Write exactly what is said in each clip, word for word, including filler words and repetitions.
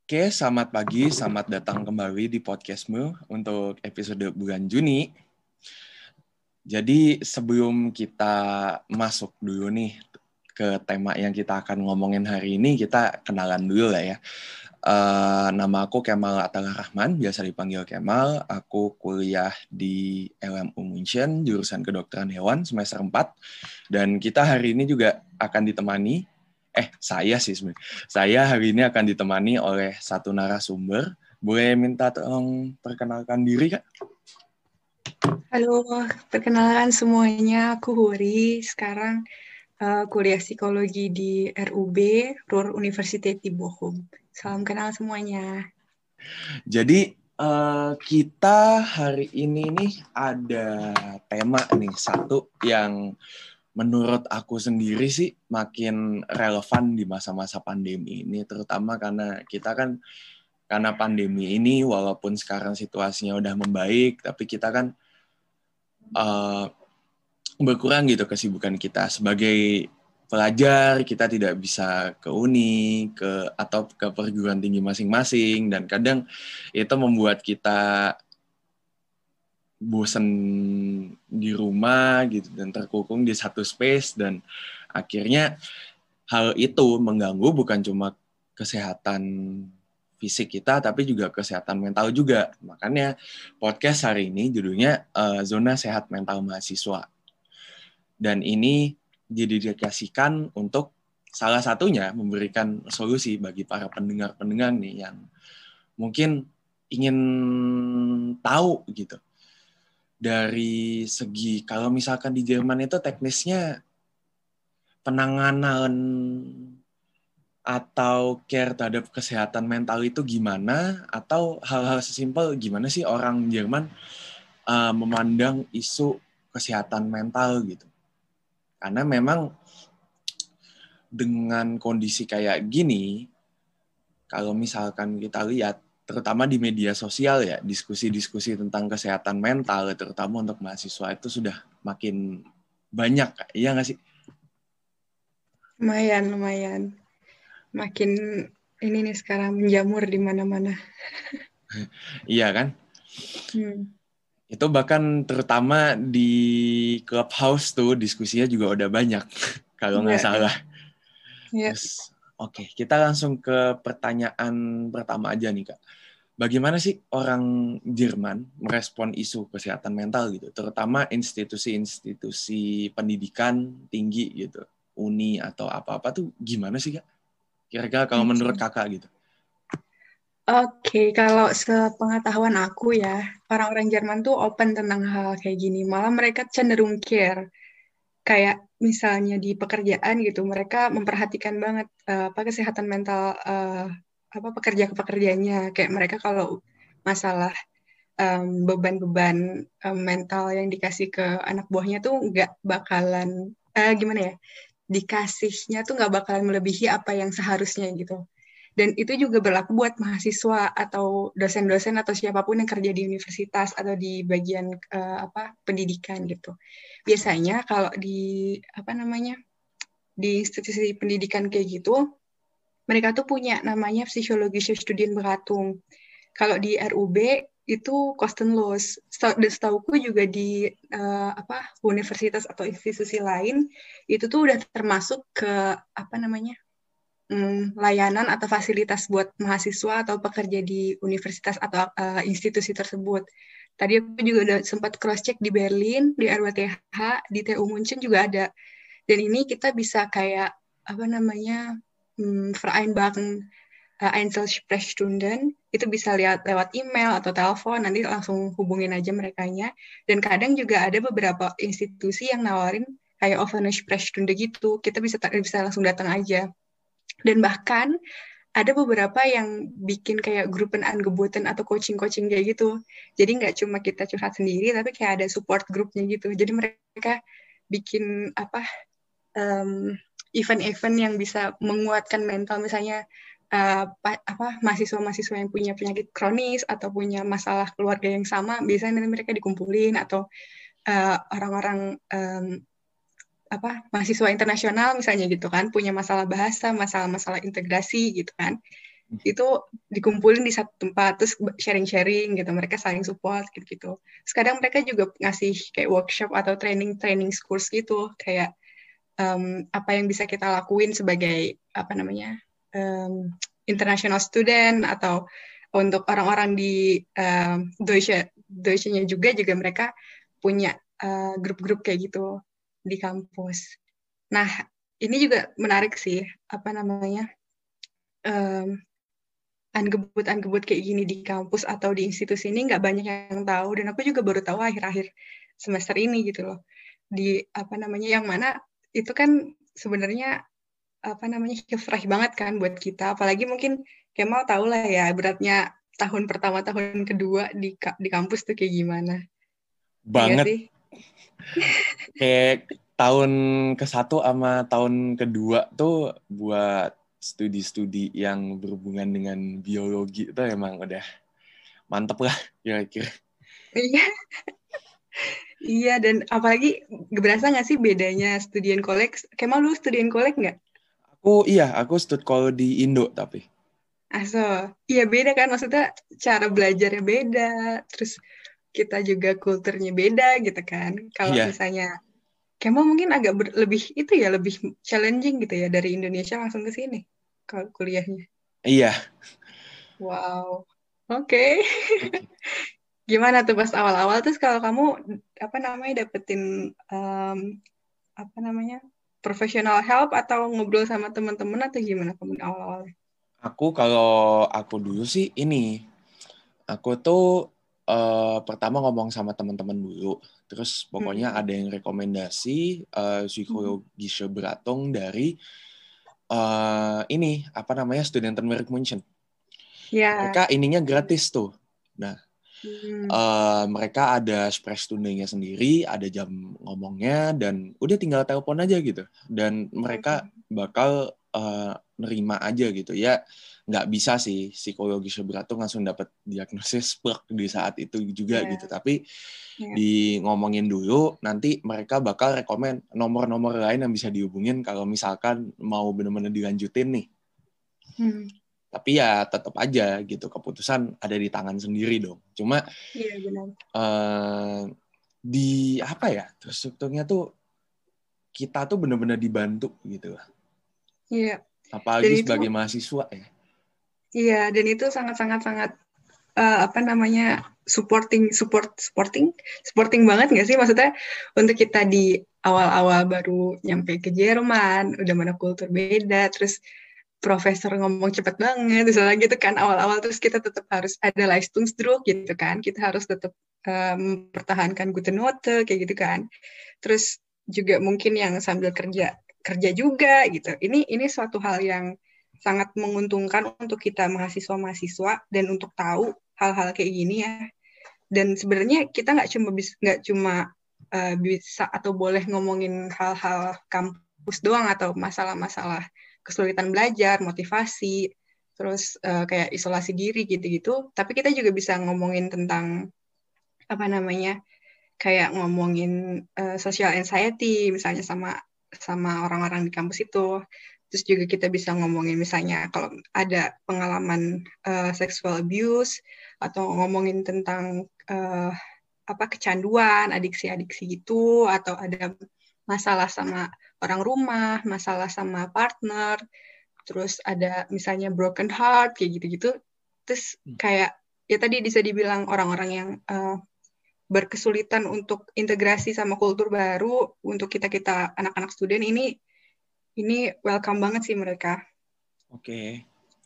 Oke, selamat pagi, selamat datang kembali di podcastmu untuk episode bulan Juni. Jadi sebelum kita masuk dulu nih ke tema yang kita akan ngomongin hari ini, kita kenalan dulu lah ya. Uh, nama aku Kemal Atala Rahman, biasa dipanggil Kemal. Aku kuliah di L M U München, jurusan kedokteran hewan semester empat. Dan kita hari ini juga akan ditemani Eh, saya sih sebenarnya. Saya hari ini akan ditemani oleh satu narasumber. Boleh minta tolong perkenalkan diri, Kak? Halo, perkenalkan semuanya. Aku Huri. Sekarang uh, kuliah psikologi di R U B, Ruhr Universiteit di Bochum. Salam kenal semuanya. Jadi, uh, kita hari ini nih ada tema nih, satu yang menurut aku sendiri sih makin relevan di masa-masa pandemi ini, terutama karena kita kan karena pandemi ini walaupun sekarang situasinya udah membaik, tapi kita kan uh, berkurang gitu kesibukan kita sebagai pelajar. Kita tidak bisa ke uni, ke atau ke perguruan tinggi masing-masing, dan kadang itu membuat kita bosan di rumah gitu dan terkukung di satu space, dan akhirnya hal itu mengganggu bukan cuma kesehatan fisik kita tapi juga kesehatan mental juga. Makanya podcast hari ini judulnya uh, Zona Sehat Mental Mahasiswa, dan ini didedikasikan untuk salah satunya memberikan solusi bagi para pendengar-pendengar nih yang mungkin ingin tahu gitu dari segi, kalau misalkan di Jerman itu teknisnya penanganan atau care terhadap kesehatan mental itu gimana, atau hal-hal sesimpel gimana sih orang Jerman uh, memandang isu kesehatan mental gitu. Karena memang dengan kondisi kayak gini, kalau misalkan kita lihat terutama di media sosial ya, diskusi-diskusi tentang kesehatan mental terutama untuk mahasiswa itu sudah makin banyak, iya nggak sih? Lumayan, lumayan. Makin ini nih sekarang menjamur di mana-mana. Iya kan? Hmm. Itu bahkan terutama di Clubhouse tuh diskusinya juga udah banyak kalau nggak Ya, salah. ya. Terus, oke, kita langsung ke pertanyaan pertama aja nih, Kak. Bagaimana sih orang Jerman merespon isu kesehatan mental gitu, terutama institusi-institusi pendidikan tinggi gitu, uni atau apa-apa tuh gimana sih, Kak? Kira-kira kalau menurut Oke, Kakak gitu. Oke, kalau sepengetahuan aku ya, orang-orang Jerman tuh open tentang hal kayak gini. Malah mereka cenderung care. Kayak misalnya di pekerjaan gitu, mereka memperhatikan banget uh, apa kesehatan mental uh, apa pekerja-pekerjanya. Kayak mereka kalau masalah um, beban-beban um, mental yang dikasih ke anak buahnya tuh nggak bakalan uh, gimana ya, dikasihnya tuh nggak bakalan melebihi apa yang seharusnya gitu. Dan itu juga berlaku buat mahasiswa atau dosen-dosen atau siapapun yang kerja di universitas atau di bagian uh, apa pendidikan gitu. Biasanya kalau di apa namanya di institusi pendidikan kayak gitu, mereka tuh punya namanya psikologische Studienberatung. Kalau di R U B itu kostenlos. Dan setauku juga di uh, apa universitas atau institusi lain itu tuh udah termasuk ke apa namanya hmm, layanan atau fasilitas buat mahasiswa atau pekerja di universitas atau uh, institusi tersebut. Tadi aku juga udah sempat cross check di Berlin, di R W T H, di T U München juga ada. Dan ini kita bisa kayak apa namanya hmm, vereinbaren uh, Einzelsprechstunden, itu bisa lihat lewat email atau telepon, nanti langsung hubungin aja merekanya. Dan kadang juga ada beberapa institusi yang nawarin kayak offene Sprechstunde gitu, kita bisa bisa langsung datang aja. Dan bahkan ada beberapa yang bikin kayak grupen angeboten atau coaching-coaching kayak gitu. Jadi nggak cuma kita curhat sendiri, tapi kayak ada support grupnya gitu. Jadi mereka bikin apa um, event-event yang bisa menguatkan mental, misalnya uh, apa mahasiswa-mahasiswa yang punya penyakit kronis atau punya masalah keluarga yang sama, biasanya mereka dikumpulin, atau uh, orang-orang um, apa mahasiswa internasional misalnya gitu kan, punya masalah bahasa, masalah-masalah integrasi gitu kan. itu dikumpulin di satu tempat, terus sharing-sharing gitu, mereka saling support gitu-gitu. Sekarang mereka juga ngasih kayak workshop atau training-training course gitu, kayak um, apa yang bisa kita lakuin sebagai apa namanya um, international student, atau untuk orang-orang di um, Deutsche Deutsche-nya juga juga mereka punya uh, grup-grup kayak gitu di kampus. Nah, ini juga menarik sih, apa namanya, um, angebut-angebut kayak gini di kampus atau di institusi ini nggak banyak yang tahu, dan aku juga baru tahu akhir-akhir semester ini gitu loh. Di apa namanya, yang mana itu kan sebenarnya apa namanya kefrah banget kan buat kita, apalagi mungkin Kemal tahu lah ya beratnya tahun pertama tahun kedua di di kampus tuh kayak gimana. Ya nggak Banget. sih? Kayak tahun ke satu sama tahun kedua tuh buat studi-studi yang berhubungan dengan biologi itu emang udah mantep lah kira-kira. Iya, iya, dan apalagi berasa nggak sih bedanya studien kolek? Kemal dulu studien kolek nggak? Aku iya, aku stud kalau di Indo tapi. Aso, iya beda kan, maksudnya cara belajarnya beda, terus kita juga kulturnya beda gitu kan. Kalau Iya, misalnya Kemal mungkin agak ber- lebih itu ya, lebih challenging gitu ya dari Indonesia langsung ke sini kalau kuliahnya. iya. Wow, oke. Gimana tuh pas awal-awal, terus kalau kamu apa namanya dapetin um, apa namanya professional help atau ngobrol sama teman-teman atau gimana kamu di awal-awal? Aku kalau aku dulu sih ini, aku tuh eh, pertama ngomong sama teman-teman dulu, terus pokoknya Hmm. ada yang rekomendasi uh, psychologische Beratung dari eh, ini apa namanya Studentenwerkmünchen. Ya. Mereka ininya gratis tuh. Nah, Hmm. uh, mereka ada Sprechstunde-nya sendiri, ada jam ngomongnya, dan udah tinggal telepon aja gitu. Dan mereka bakal uh, nerima aja gitu. Ya, nggak bisa sih psikologi seberat tuh langsung dapat diagnosis plek di saat itu juga Ya. gitu. Tapi Ya. di ngomongin dulu, nanti mereka bakal rekomen nomor-nomor lain yang bisa dihubungin kalau misalkan mau benar-benar dilanjutin nih. Hmm. Tapi ya tetap aja gitu, keputusan ada di tangan sendiri dong. Cuma Iya benar. uh, di apa ya, terus strukturnya tuh kita tuh benar-benar dibantu gitu. Iya. Dan Apalagi itu, sebagai mahasiswa ya. iya, dan itu sangat-sangat sangat uh, apa namanya supporting, support, supporting, supporting banget nggak sih? Maksudnya untuk kita di awal-awal baru nyampe ke Jerman, udah mana kultur beda, terus profesor ngomong cepet banget, misalnya gitu kan awal-awal, terus kita tetap harus ada Leistungsdruck gitu kan, kita harus tetap um, mempertahankan gute Note kayak gitu kan. Terus juga mungkin yang sambil kerja kerja juga gitu. Ini ini suatu hal yang sangat menguntungkan untuk kita mahasiswa-mahasiswa dan untuk tahu hal-hal kayak gini ya. Dan sebenarnya kita nggak cuma bisa nggak cuma uh, bisa atau boleh ngomongin hal-hal kampus doang atau masalah-masalah kesulitan belajar, motivasi, terus uh, kayak isolasi diri gitu-gitu. Tapi kita juga bisa ngomongin tentang apa namanya, kayak ngomongin uh, social anxiety misalnya sama sama orang-orang di kampus itu. Terus juga kita bisa ngomongin misalnya kalau ada pengalaman uh, sexual abuse, atau ngomongin tentang uh, apa kecanduan, adiksi-adiksi gitu, atau ada masalah sama orang rumah, masalah sama partner, terus ada misalnya broken heart kayak gitu-gitu. Terus kayak ya tadi bisa dibilang orang-orang yang uh, berkesulitan untuk integrasi sama kultur baru, untuk kita-kita anak-anak student ini ini welcome banget sih mereka. Oke.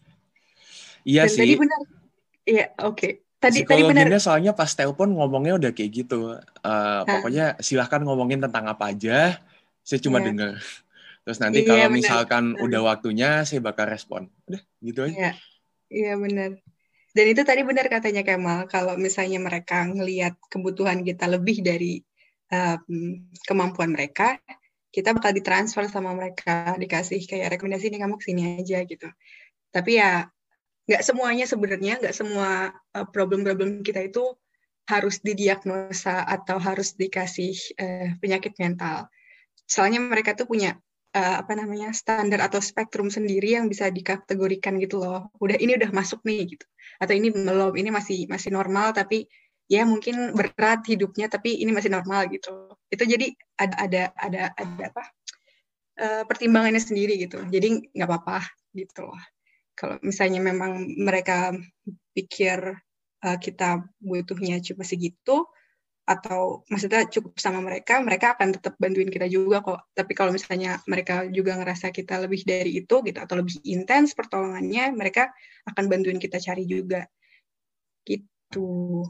Iya Dan tadi sih. benar, iya oke. Okay. Tadi tadi benar. Psikologinya soalnya pas telepon ngomongnya udah kayak gitu. Uh, Nah, pokoknya silahkan ngomongin tentang apa aja. Saya cuma ya, dengar. Terus nanti iya kalau benar. misalkan Nah, udah waktunya, saya bakal respon. Udah, gitu aja. iya, iya benar. Dan itu tadi benar katanya Kemal, kalau misalnya mereka ngelihat kebutuhan kita lebih dari um, kemampuan mereka, kita bakal ditransfer sama mereka, dikasih kayak rekomendasi nih kamu kesini aja gitu. Tapi ya nggak semuanya sebenarnya, nggak semua uh, problem-problem kita itu harus didiagnosa atau harus dikasih uh, penyakit mental. Soalnya mereka tuh punya uh, apa namanya standar atau spektrum sendiri yang bisa dikategorikan gitu loh. Udah ini udah masuk nih gitu. Atau ini belum, ini masih masih normal tapi ya mungkin berat hidupnya tapi ini masih normal gitu. Itu jadi ada ada ada ada apa? Uh, pertimbangannya sendiri gitu. Jadi nggak apa-apa gitu loh. Kalau misalnya memang mereka pikir uh, kita butuhnya cuma segitu, atau maksudnya cukup sama mereka, mereka akan tetap bantuin kita juga kok. Tapi kalau misalnya mereka juga ngerasa kita lebih dari itu gitu atau lebih intens pertolongannya, mereka akan bantuin kita cari juga. Gitu.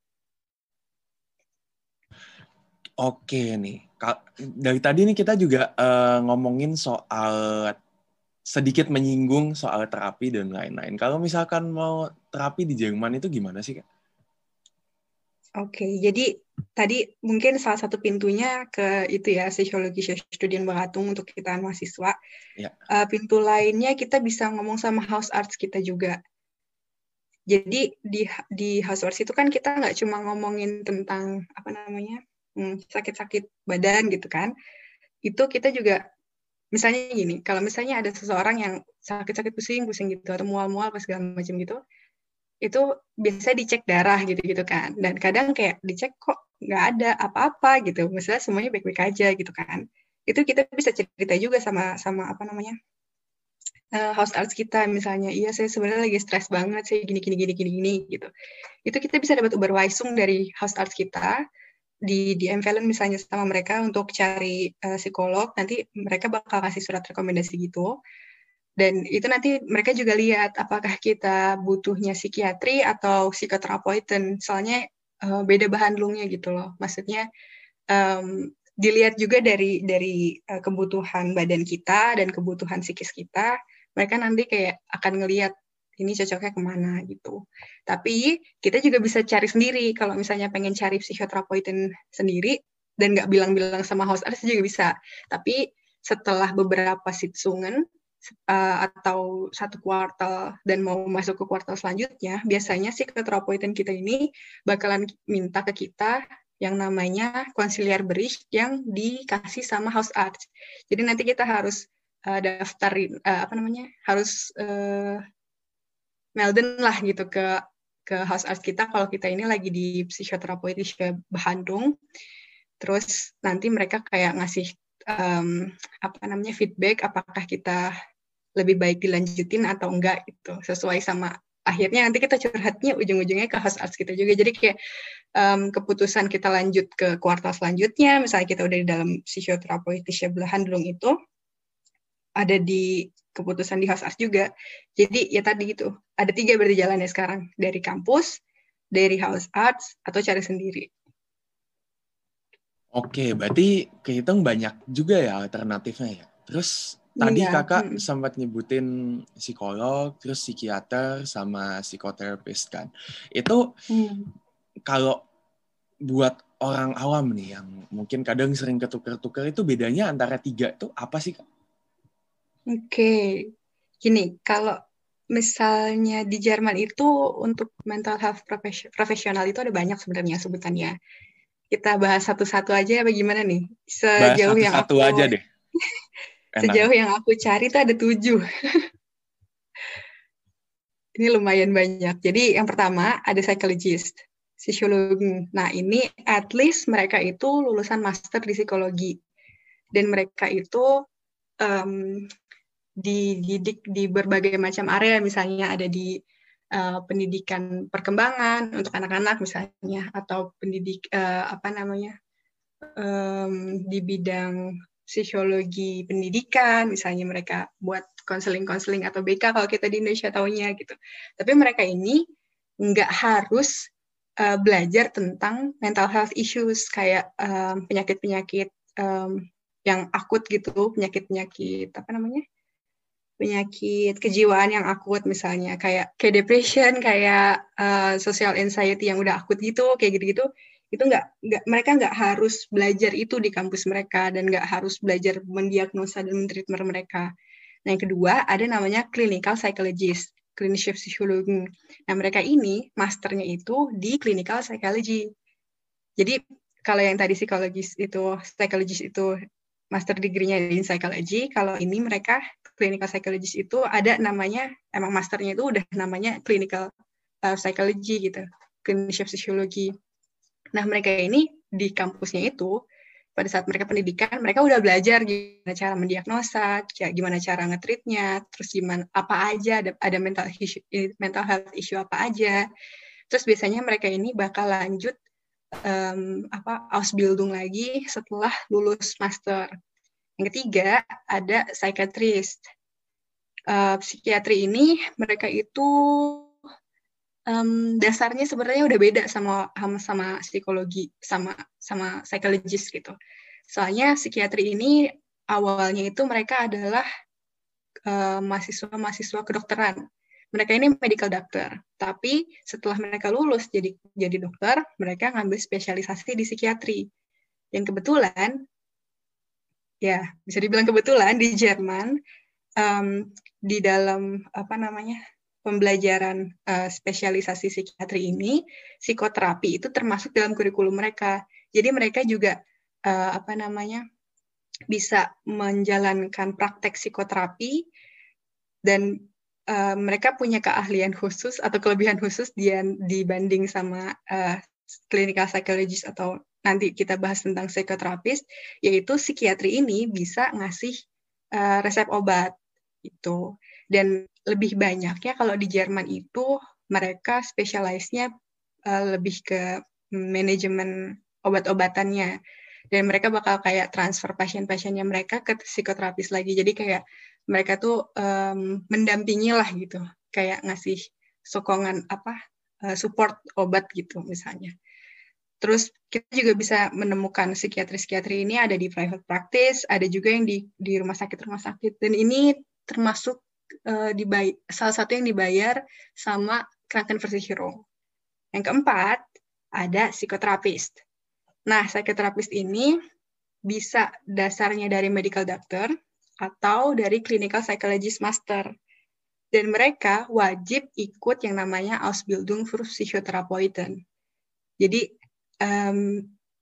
Oke nih. Dari tadi nih kita juga uh, ngomongin soal sedikit menyinggung soal terapi dan lain-lain. Kalau misalkan mau terapi di Jerman itu gimana sih, Kak? Oke, jadi tadi mungkin salah satu pintunya ke itu ya, psikologi Studienberatung untuk kita mahasiswa. Ya. Uh, pintu lainnya kita bisa ngomong sama house arts kita juga. Jadi di di house arts itu kan kita nggak cuma ngomongin tentang apa namanya hmm, sakit-sakit badan gitu kan. Itu kita juga misalnya gini, kalau misalnya ada seseorang yang sakit-sakit pusing-pusing gitu atau mual-mual apa segala macam gitu, itu biasanya dicek darah gitu-gitu kan. Dan kadang kayak dicek kok nggak ada apa-apa gitu. Misalnya semuanya baik-baik aja gitu kan. Itu kita bisa cerita juga sama sama apa namanya uh, house arts kita misalnya. Iya saya sebenarnya lagi stres banget, saya gini gini gini gini gini gitu. Itu kita bisa dapat Überweisung dari house arts kita di di Emvelen misalnya sama mereka untuk cari uh, psikolog. Nanti mereka bakal kasih surat rekomendasi gitu. Dan itu nanti mereka juga lihat apakah kita butuhnya psikiatri atau psikoterapeuten. Soalnya uh, beda behandlungnya gitu loh. Maksudnya um, dilihat juga dari dari uh, kebutuhan badan kita dan kebutuhan psikis kita. Mereka nanti kayak akan ngelihat ini cocoknya kemana gitu. Tapi kita juga bisa cari sendiri. Kalau misalnya pengen cari psikoterapeuten sendiri dan nggak bilang-bilang sama house arts juga bisa. Tapi setelah beberapa sitzungen, Uh, atau satu kuartal dan mau masuk ke kuartal selanjutnya, biasanya psikoterapeuten kita ini bakalan minta ke kita yang namanya konsiliar bericht yang dikasih sama house arts. Jadi nanti kita harus uh, daftarin uh, apa namanya harus uh, melden lah gitu ke ke house arts kita kalau kita ini lagi di psikoterapeutische Behandlung. Terus nanti mereka kayak ngasih um, apa namanya feedback apakah kita lebih baik dilanjutin atau enggak gitu sesuai sama akhirnya nanti kita curhatnya ujung-ujungnya ke house arts kita juga. Jadi kayak um, keputusan kita lanjut ke kuartal selanjutnya, misalnya kita udah di dalam psikoterapeutische Behandlung itu ada di keputusan di house arts juga. Jadi ya tadi gitu, ada tiga berarti jalannya sekarang, dari kampus, dari house arts, atau cari sendiri. Oke, berarti kehitung banyak juga ya alternatifnya ya. Terus tadi iya, kakak hmm. sempat nyebutin psikolog, terus psikiater, sama psikoterapis kan. Itu hmm. kalau buat orang awam nih yang mungkin kadang sering ketukar-tukar itu bedanya antara tiga itu apa sih, Kak? Oke, gini, kalau misalnya di Jerman itu untuk mental health profesional itu ada banyak sebenarnya sebutannya. Kita bahas satu-satu aja apa gimana nih? Sejauh bahas yang satu-satu aku aja deh. Sejauh yang aku cari itu ada tujuh. Ini lumayan banyak. Jadi yang pertama ada psychologist, psikologi. Nah ini at least mereka itu lulusan master di psikologi. Dan mereka itu um, dididik di berbagai macam area, misalnya ada di uh, pendidikan perkembangan untuk anak-anak misalnya, atau pendidik uh, apa namanya um, di bidang psikologi pendidikan, misalnya mereka buat konseling-konseling atau B K kalau kita di Indonesia taunya gitu. Tapi mereka ini nggak harus uh, belajar tentang mental health issues kayak um, penyakit-penyakit um, yang akut gitu, penyakit-penyakit apa namanya? penyakit kejiwaan yang akut misalnya kayak kayak depression, kayak uh, social anxiety yang udah akut gitu, kayak gitu-gitu. Itu nggak nggak mereka nggak harus belajar itu di kampus mereka dan nggak harus belajar mendiagnosa dan mentreatment mereka. Nah yang kedua ada namanya clinical psychologist, klinische Psychologen. Nah mereka ini masternya itu di clinical psychology. Jadi kalau yang tadi psikologis itu, psychologist itu master degree-nya in psychology. Kalau ini mereka clinical psychologist itu ada namanya, emang masternya itu udah namanya clinical uh, psychology gitu, klinisnya psikologi. Nah mereka ini di kampusnya itu pada saat mereka pendidikan, mereka udah belajar gimana cara mendiagnosa, gimana cara nge-treatnya, terus gimana apa aja ada, ada mental issue, mental health issue apa aja. Terus biasanya mereka ini bakal lanjut um, apa Ausbildung lagi setelah lulus master. Yang ketiga ada psychiatrist. Uh, psikiatri ini mereka itu um, dasarnya sebenarnya udah beda sama sama, sama psikologi sama sama psychologist gitu. Soalnya psikiatri ini awalnya itu mereka adalah uh, mahasiswa-mahasiswa kedokteran. Mereka ini medical doctor, tapi setelah mereka lulus jadi jadi dokter, mereka ngambil spesialisasi di psikiatri. Dan kebetulan, ya bisa dibilang kebetulan di Jerman um, di dalam apa namanya pembelajaran uh, spesialisasi psikiatri ini, psikoterapi itu termasuk dalam kurikulum mereka. Jadi mereka juga uh, apa namanya bisa menjalankan praktek psikoterapi dan uh, mereka punya keahlian khusus atau kelebihan khusus dia dibanding sama uh, clinical psychologist atau nanti kita bahas tentang psikoterapis, yaitu psikiatri ini bisa ngasih uh, resep obat itu. Dan lebih banyaknya kalau di Jerman itu mereka spesialisnya uh, lebih ke manajemen obat-obatannya. Dan mereka bakal kayak transfer pasien-pasiennya mereka ke psikoterapis lagi. Jadi kayak mereka tuh um, mendampingi lah gitu, kayak ngasih sokongan apa uh, support obat gitu misalnya. Terus kita juga bisa menemukan psikiatri-psikiatri ini ada di private practice, ada juga yang di di rumah sakit-rumah sakit. Dan ini termasuk uh, dibayar, salah satu yang dibayar sama Krankenversicherung. Yang keempat ada psikoterapis. Nah, psikoterapis ini bisa dasarnya dari medical doctor atau dari clinical psychologist master. Dan mereka wajib ikut yang namanya Ausbildung für Psychotherapeuten. Jadi um,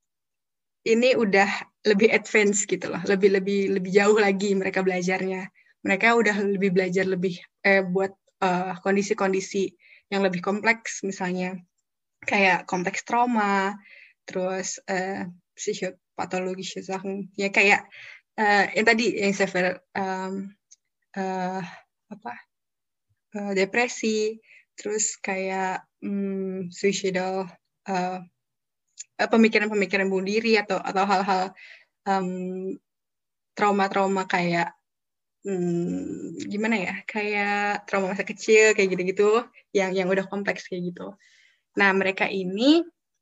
ini udah lebih advance gitu loh, lebih lebih lebih jauh lagi mereka belajarnya. Mereka udah lebih belajar lebih eh, buat uh, kondisi-kondisi yang lebih kompleks, misalnya kayak kompleks trauma, terus uh, psikopatologische Sachen, ya kayak uh, yang tadi yang saya um, uh, apa uh, depresi, terus kayak um, suicidal uh, pemikiran-pemikiran bunuh diri atau atau hal-hal um, trauma-trauma kayak um, gimana ya, kayak trauma masa kecil kayak gitu-gitu, yang yang udah kompleks kayak gitu. Nah mereka ini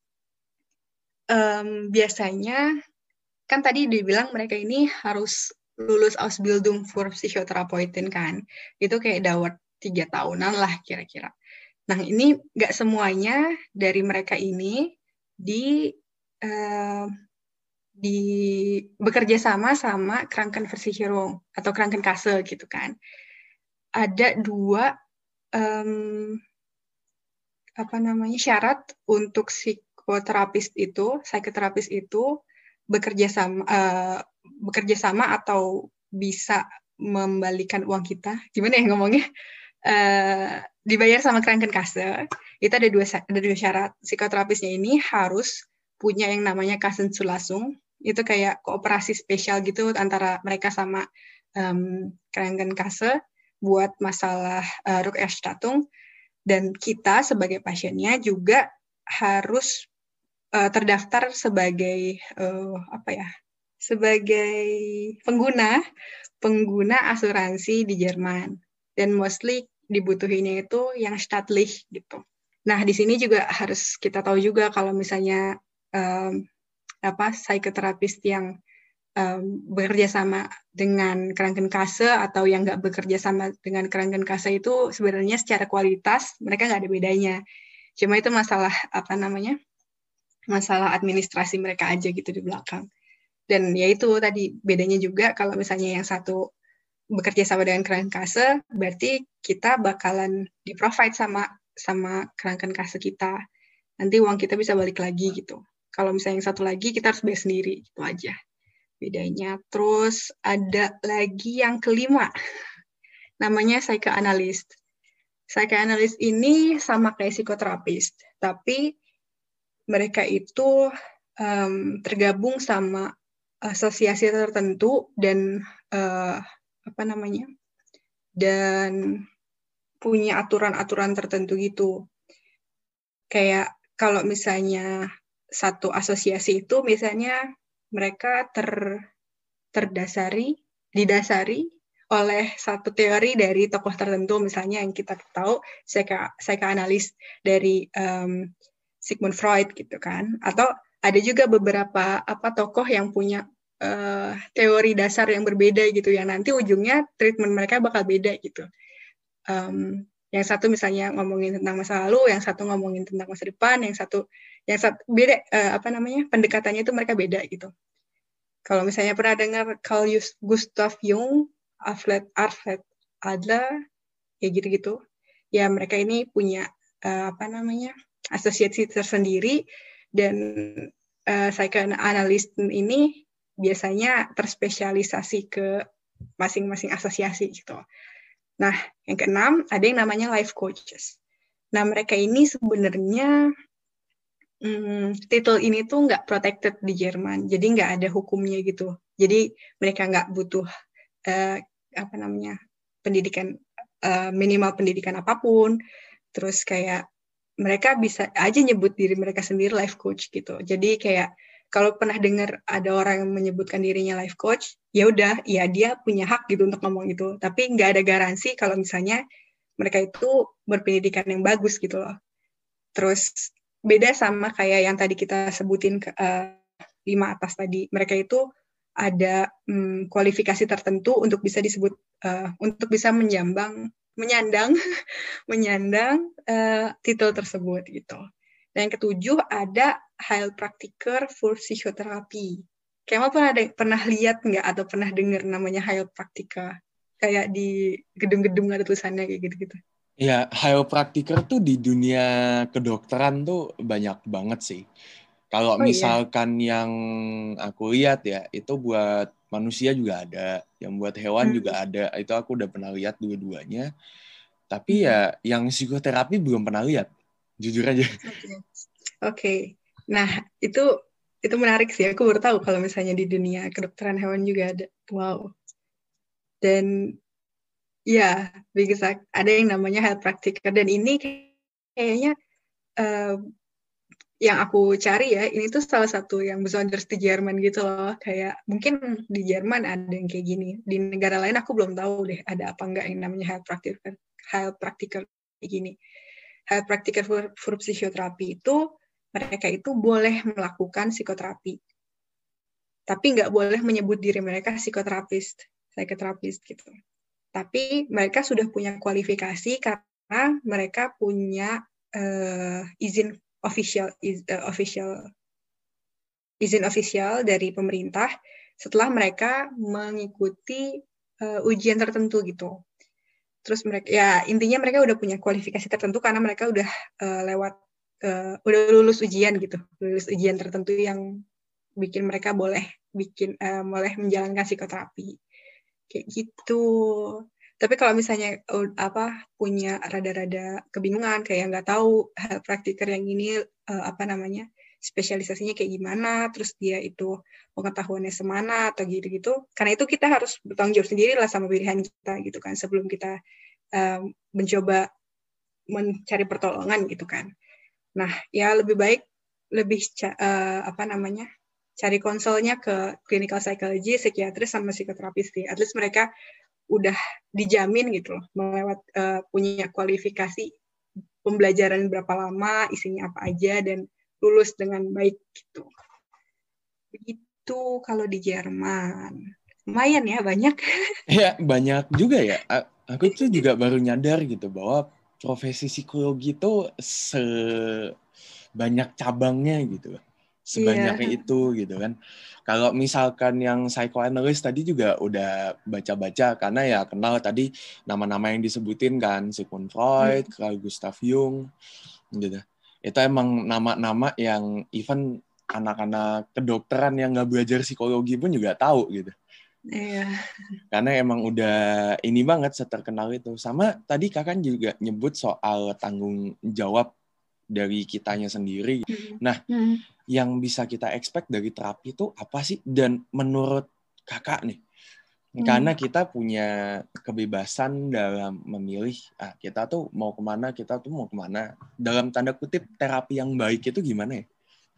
Um, biasanya kan tadi dibilang mereka ini harus lulus Ausbildung für Psychotherapeuten kan, itu kayak dauert tiga tahunan lah kira-kira. Nah ini nggak semuanya dari mereka ini di uh, di bekerja sama sama Krankenversicherung atau Krankenkasse gitu kan. Ada dua um, apa namanya syarat untuk si psikoterapis itu, psikoterapis itu bekerja sama, uh, bekerja sama atau bisa membalikan uang kita, gimana ya ngomongnya, uh, dibayar sama Krankenkasse. Itu ada dua ada dua syarat. Psikoterapisnya ini harus punya yang namanya Kassenzulassung, itu kayak kooperasi spesial gitu antara mereka sama um, Krankenkasse buat masalah uh, Rückerstattung, dan kita sebagai pasiennya juga harus Uh, terdaftar sebagai uh, apa ya sebagai pengguna pengguna asuransi di Jerman, dan mostly dibutuhinnya itu yang staatlich gitu. Nah di sini juga harus kita tahu juga kalau misalnya um, apa psikoterapis yang um, bekerja sama dengan Krankenkasse atau yang nggak bekerja sama dengan Krankenkasse itu sebenarnya secara kualitas mereka nggak ada bedanya. Cuma itu masalah apa namanya masalah administrasi mereka aja gitu di belakang. Dan ya itu tadi bedanya juga kalau misalnya yang satu bekerja sama dengan Krankenkasse, berarti kita bakalan di-provide sama sama Krankenkasse kita. Nanti uang kita bisa balik lagi gitu. Kalau misalnya yang satu lagi kita harus bayar sendiri, gitu aja. bedanya. Terus ada lagi yang kelima, namanya psychoanalyst. Psychoanalyst ini sama kayak psikoterapis, tapi mereka itu um, tergabung sama asosiasi tertentu dan uh, apa namanya dan punya aturan-aturan tertentu gitu. Kayak kalau misalnya satu asosiasi itu misalnya mereka ter terdasari didasari oleh satu teori dari tokoh tertentu, misalnya yang kita tahu psikoanalis dari um, Sigmund Freud gitu kan, atau ada juga beberapa apa tokoh yang punya uh, teori dasar yang berbeda gitu, yang nanti ujungnya treatment mereka bakal beda gitu. Um, yang satu misalnya ngomongin tentang masa lalu, yang satu ngomongin tentang masa depan, yang satu yang satu beda uh, apa namanya pendekatannya itu mereka beda gitu. Kalau misalnya pernah dengar Carl Gustav Jung, Alfred, Alfred Adler, ya gitu-gitu. Ya mereka ini punya uh, apa namanya asosiasi tersendiri, dan uh, psychoanalyst ini biasanya terspesialisasi ke masing-masing asosiasi gitu. Nah, yang keenam ada yang namanya life coaches. Nah, mereka ini sebenarnya Hmm, titel ini tuh nggak protected di Jerman, jadi nggak ada hukumnya gitu. Jadi mereka nggak butuh uh, apa namanya pendidikan uh, minimal pendidikan apapun. Terus kayak mereka bisa aja nyebut diri mereka sendiri life coach gitu. Jadi kayak kalau pernah dengar ada orang yang menyebutkan dirinya life coach, ya udah, ya dia punya hak gitu untuk ngomong itu. Tapi nggak ada garansi kalau misalnya mereka itu berpendidikan yang bagus gitu loh. Terus beda sama kayak yang tadi kita sebutin ke uh, lima atas tadi. Mereka itu ada um, kualifikasi tertentu untuk bisa disebut uh, untuk bisa menjambang menyandang menyandang uh, titel tersebut gitu. Dan yang ketujuh ada Heilpraktiker für Psychotherapie. Kamu pernah pernah lihat nggak atau pernah dengar namanya Heilpraktiker? Kayak di gedung-gedung ada tulisannya kayak gitu-gitu. Ya, Heilpraktiker tuh di dunia kedokteran tuh banyak banget sih. Kalau Oh, misalkan iya. Yang aku lihat ya, itu buat manusia juga ada, yang buat hewan hmm. juga ada. Itu aku udah pernah lihat dua-duanya. Tapi hmm. ya yang psikoterapi belum pernah lihat, jujur aja. Oke, okay. okay. Nah itu itu menarik sih. Aku baru tahu kalau misalnya di dunia kedokteran hewan juga ada. Wow. Dan ya, bisa ada yang namanya Heilpraktiker, dan ini kayaknya uh, yang aku cari ya, ini tuh salah satu yang besonders di Jerman gitu loh. Kayak mungkin di Jerman ada yang kayak gini. Di negara lain aku belum tahu deh ada apa enggak yang namanya Heilpraktiker, Heilpraktiker kayak gini. Heilpraktiker für, für Psychotherapie itu mereka itu boleh melakukan psikoterapi. Tapi nggak boleh menyebut diri mereka psikoterapis, psikoterapis gitu. Tapi mereka sudah punya kualifikasi karena mereka punya uh, izin official iz, uh, official izin official dari pemerintah setelah mereka mengikuti uh, ujian tertentu gitu. Terus mereka ya intinya mereka udah punya kualifikasi tertentu karena mereka udah uh, lewat uh, udah lulus ujian gitu, lulus ujian tertentu yang bikin mereka boleh bikin uh, boleh menjalankan psikoterapi kayak gitu. Tapi kalau misalnya uh, apa punya rada-rada kebingungan kayak nggak tahu Heilpraktiker yang ini uh, apa namanya spesialisasinya kayak gimana, terus dia itu pengetahuannya semana atau gitu-gitu, karena itu kita harus bertanggung jawab sendiri lah sama pilihan kita gitu kan sebelum kita um, mencoba mencari pertolongan gitu kan. Nah ya lebih baik lebih uh, apa namanya cari konselnya ke clinical psychology, psikiatris sama psikoterapis sih. At least mereka udah dijamin gitu loh, melewat uh, punya kualifikasi pembelajaran berapa lama, isinya apa aja, dan lulus dengan baik gitu. Begitu kalau di Jerman. Lumayan ya, banyak. Ya, banyak juga ya. Aku tuh juga baru nyadar gitu bahwa profesi psikologi itu sebanyak cabangnya gitu. Sebanyak yeah. itu gitu kan. Kalau misalkan yang psychoanalyst tadi juga udah baca-baca karena ya kenal tadi nama-nama yang disebutin kan, Sigmund Freud, hmm. Carl Gustav Jung gitu. Itu emang nama-nama yang even anak-anak kedokteran yang nggak belajar psikologi pun juga tahu gitu. Iya. Karena emang udah ini banget seterkenal itu. Sama tadi kakak juga nyebut soal tanggung jawab dari kitanya sendiri. Hmm. Nah, Hmm. yang bisa kita expect dari terapi itu apa sih? Dan menurut kakak nih, hmm. karena kita punya kebebasan dalam memilih, ah, kita tuh mau kemana, kita tuh mau kemana. Dalam tanda kutip, terapi yang baik itu gimana ya?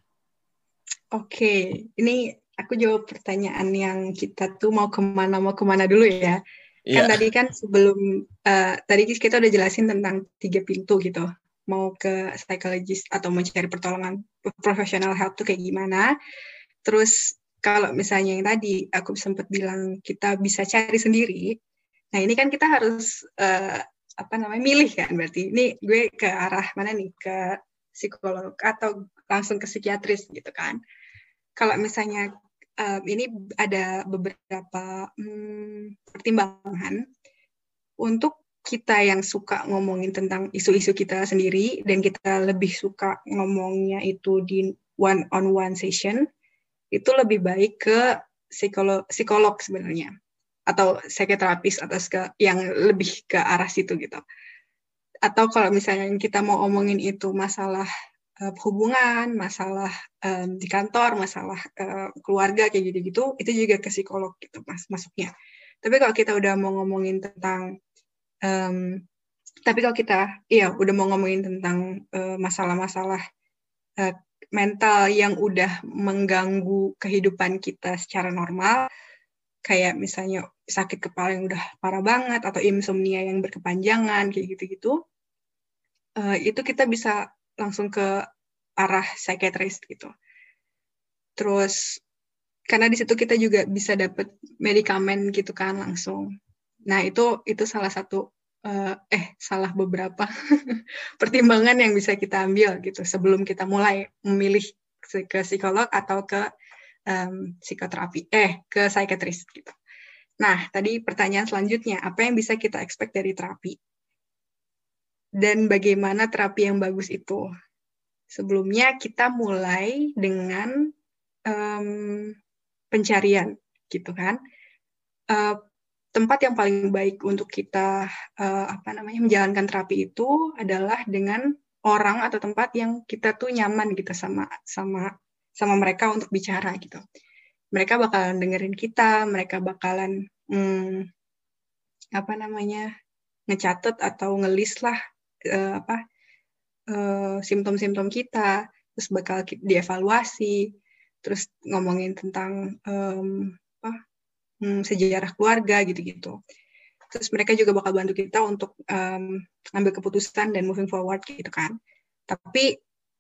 Oke, ini aku jawab pertanyaan yang kita tuh mau kemana, mau kemana dulu ya. Kan yeah. tadi kan sebelum, uh, tadi kita udah jelasin tentang tiga pintu gitu. Mau ke psikologis atau mau cari pertolongan professional help tuh kayak gimana. Terus kalau misalnya yang tadi aku sempat bilang kita bisa cari sendiri. Nah ini kan kita harus, uh, apa namanya, milih kan berarti. Ini gue ke arah mana nih, ke psikolog atau langsung ke psikiatris gitu kan. Kalau misalnya um, ini ada beberapa hmm, pertimbangan untuk kita yang suka ngomongin tentang isu-isu kita sendiri dan kita lebih suka ngomongnya itu di one on one session, itu lebih baik ke psikolog, psikolog sebenarnya atau psikoterapis atau ke, yang lebih ke arah situ gitu. Atau kalau misalnya kita mau ngomongin itu masalah uh, hubungan, masalah um, di kantor, masalah uh, keluarga kayak gitu-gitu, itu juga ke psikolog gitu mas masuknya. Tapi kalau kita udah mau ngomongin tentang um, tapi kalau kita iya udah mau ngomongin tentang uh, masalah-masalah uh, mental yang udah mengganggu kehidupan kita secara normal, kayak misalnya sakit kepala yang udah parah banget atau insomnia yang berkepanjangan kayak gitu-gitu, uh, itu kita bisa langsung ke arah psikiatris gitu. Terus karena di situ kita juga bisa dapat medikamen gitu kan langsung. Nah itu itu salah satu uh, eh salah beberapa pertimbangan yang bisa kita ambil gitu sebelum kita mulai memilih ke psikolog atau ke um, psikoterapi eh ke psikiatris gitu. Nah tadi pertanyaan selanjutnya, apa yang bisa kita expect dari terapi dan bagaimana terapi yang bagus itu? Sebelumnya kita mulai dengan um, pencarian gitu kan. Uh, tempat yang paling baik untuk kita uh, apa namanya menjalankan terapi itu adalah dengan orang atau tempat yang kita tuh nyaman gitu sama sama sama mereka untuk bicara gitu. Mereka bakalan dengerin kita, mereka bakalan hmm, apa namanya ngecatet atau ngelis lah uh, apa uh, simptom-simptom kita, terus bakal dievaluasi, terus ngomongin tentang um, apa hmm, sejarah keluarga gitu-gitu. Terus mereka juga bakal bantu kita untuk um, ambil keputusan dan moving forward gitu kan. Tapi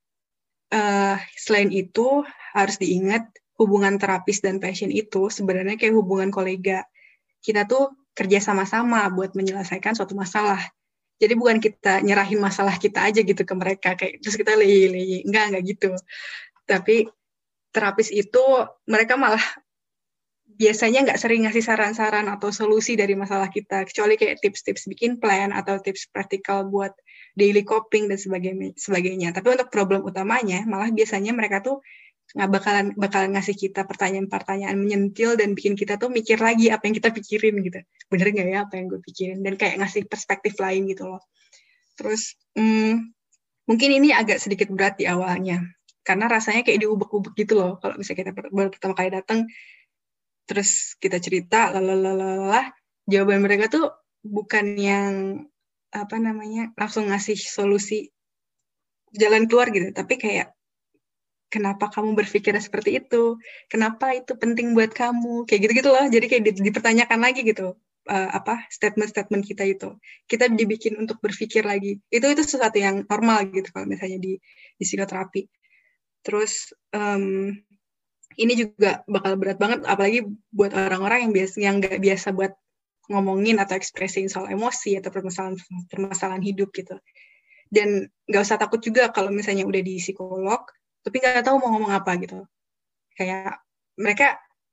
uh, selain itu harus diingat hubungan terapis dan pasien itu sebenarnya kayak hubungan kolega. Kita tuh kerja sama-sama buat menyelesaikan suatu masalah. Jadi bukan kita nyerahin masalah kita aja gitu ke mereka kayak terus kita leye-leye. Enggak, enggak gitu. Tapi terapis itu mereka malah biasanya nggak sering ngasih saran-saran atau solusi dari masalah kita, kecuali kayak tips-tips bikin plan atau tips praktikal buat daily coping dan sebagainya. Tapi untuk problem utamanya, malah biasanya mereka tuh nggak bakalan bakalan ngasih kita pertanyaan-pertanyaan menyentil dan bikin kita tuh mikir lagi apa yang kita pikirin gitu. Bener nggak ya apa yang gue pikirin? Dan kayak ngasih perspektif lain gitu loh. Terus hmm, mungkin ini agak sedikit berat di awalnya, karena rasanya kayak diubek-ubek gitu loh. Kalau misalnya kita baru pertama kali datang, terus kita cerita, lalalalah, jawaban mereka tuh bukan yang apa namanya langsung ngasih solusi jalan keluar gitu, tapi kayak kenapa kamu berpikir seperti itu, kenapa itu penting buat kamu, kayak gitu-gitu loh. Jadi kayak dipertanyakan lagi gitu uh, apa statement-statement kita itu, kita dibikin untuk berpikir lagi. Itu itu sesuatu yang normal gitu kalau misalnya di di psikoterapi. Terus um, ini juga bakal berat banget, apalagi buat orang-orang yang biasa yang nggak biasa buat ngomongin atau ekspresiin soal emosi atau permasalahan permasalahan hidup gitu. Dan nggak usah takut juga kalau misalnya udah di psikolog, tapi nggak tahu mau ngomong apa gitu. Kayak mereka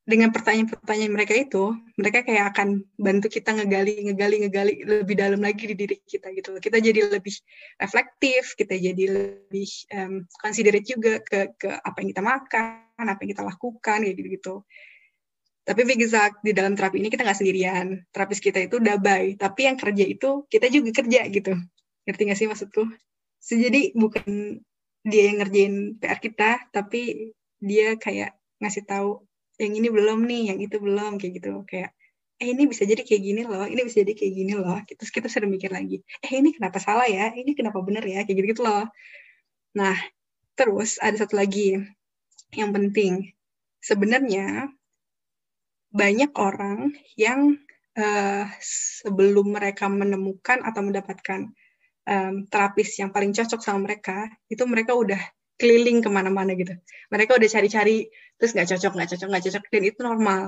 dengan pertanyaan-pertanyaan mereka itu, mereka kayak akan bantu kita ngegali, ngegali, ngegali lebih dalam lagi di diri kita gitu. Kita jadi lebih reflektif, kita jadi lebih um, considerate juga ke, ke apa yang kita makan, apa yang kita lakukan, kayak gitu-gitu. Tapi Zak, di dalam terapi ini kita nggak sendirian. Terapis kita itu dabai, tapi yang kerja itu kita juga kerja gitu. Ngerti nggak sih maksudku? So, jadi bukan dia yang ngerjain P R kita, tapi dia kayak ngasih tahu yang ini belum nih, yang itu belum, kayak gitu. Kayak, eh ini bisa jadi kayak gini loh, ini bisa jadi kayak gini loh. Terus kita sering mikir lagi, eh ini kenapa salah ya, ini kenapa benar ya, kayak gitu-gitu loh. Nah, terus ada satu lagi yang penting. Sebenarnya banyak orang yang uh, sebelum mereka menemukan atau mendapatkan um, terapis yang paling cocok sama mereka, itu mereka udah keliling kemana-mana gitu. Mereka udah cari-cari, terus nggak cocok, nggak cocok, nggak cocok, dan itu normal.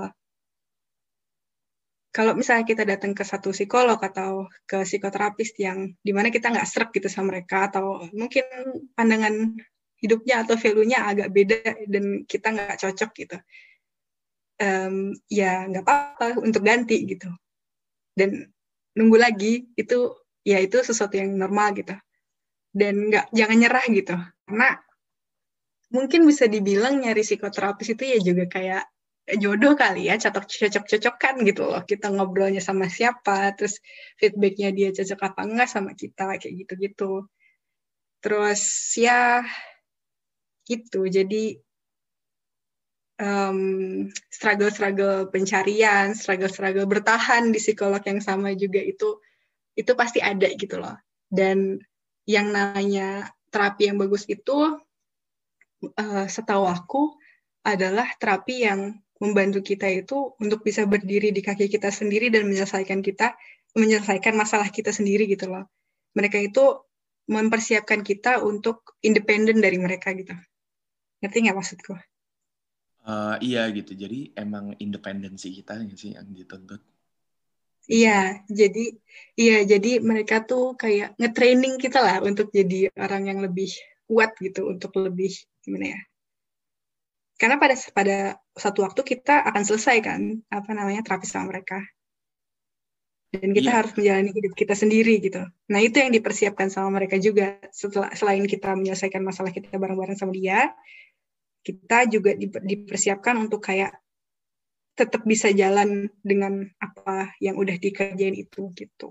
Kalau misalnya kita datang ke satu psikolog atau ke psikoterapis yang dimana kita nggak srek gitu sama mereka, atau mungkin pandangan hidupnya atau value-nya agak beda dan kita nggak cocok gitu, um, ya nggak apa-apa untuk ganti gitu. Dan nunggu lagi, itu ya itu sesuatu yang normal gitu. Dan nggak, jangan nyerah gitu. Karena mungkin bisa dibilang nyari psikoterapis itu ya juga kayak jodoh kali ya, cocok-cocok-cocokan gitu loh. Kita ngobrolnya sama siapa, terus feedbacknya dia cocok apa enggak sama kita, kayak gitu-gitu. Terus ya gitu, jadi um, struggle-struggle pencarian, struggle-struggle bertahan di psikolog yang sama juga itu itu pasti ada gitu loh. Dan yang namanya terapi yang bagus itu uh, setahu aku adalah terapi yang membantu kita itu untuk bisa berdiri di kaki kita sendiri dan menyelesaikan kita menyelesaikan masalah kita sendiri gitu loh. Mereka itu mempersiapkan kita untuk independen dari mereka gitu. Ngerti nggak maksudku? Uh, iya gitu. Jadi emang independensi kita sih yang dituntut. Iya, jadi iya jadi mereka tuh kayak nge-training kita lah untuk jadi orang yang lebih kuat gitu, untuk lebih gimana ya? Karena pada pada satu waktu kita akan selesai kan apa namanya terapi sama mereka. Dan kita iya. harus menjalani hidup kita sendiri gitu. Nah, itu yang dipersiapkan sama mereka juga. Setelah selain kita menyelesaikan masalah kita bareng-bareng sama dia, kita juga dipersiapkan untuk kayak tetap bisa jalan dengan apa yang udah dikerjain itu gitu.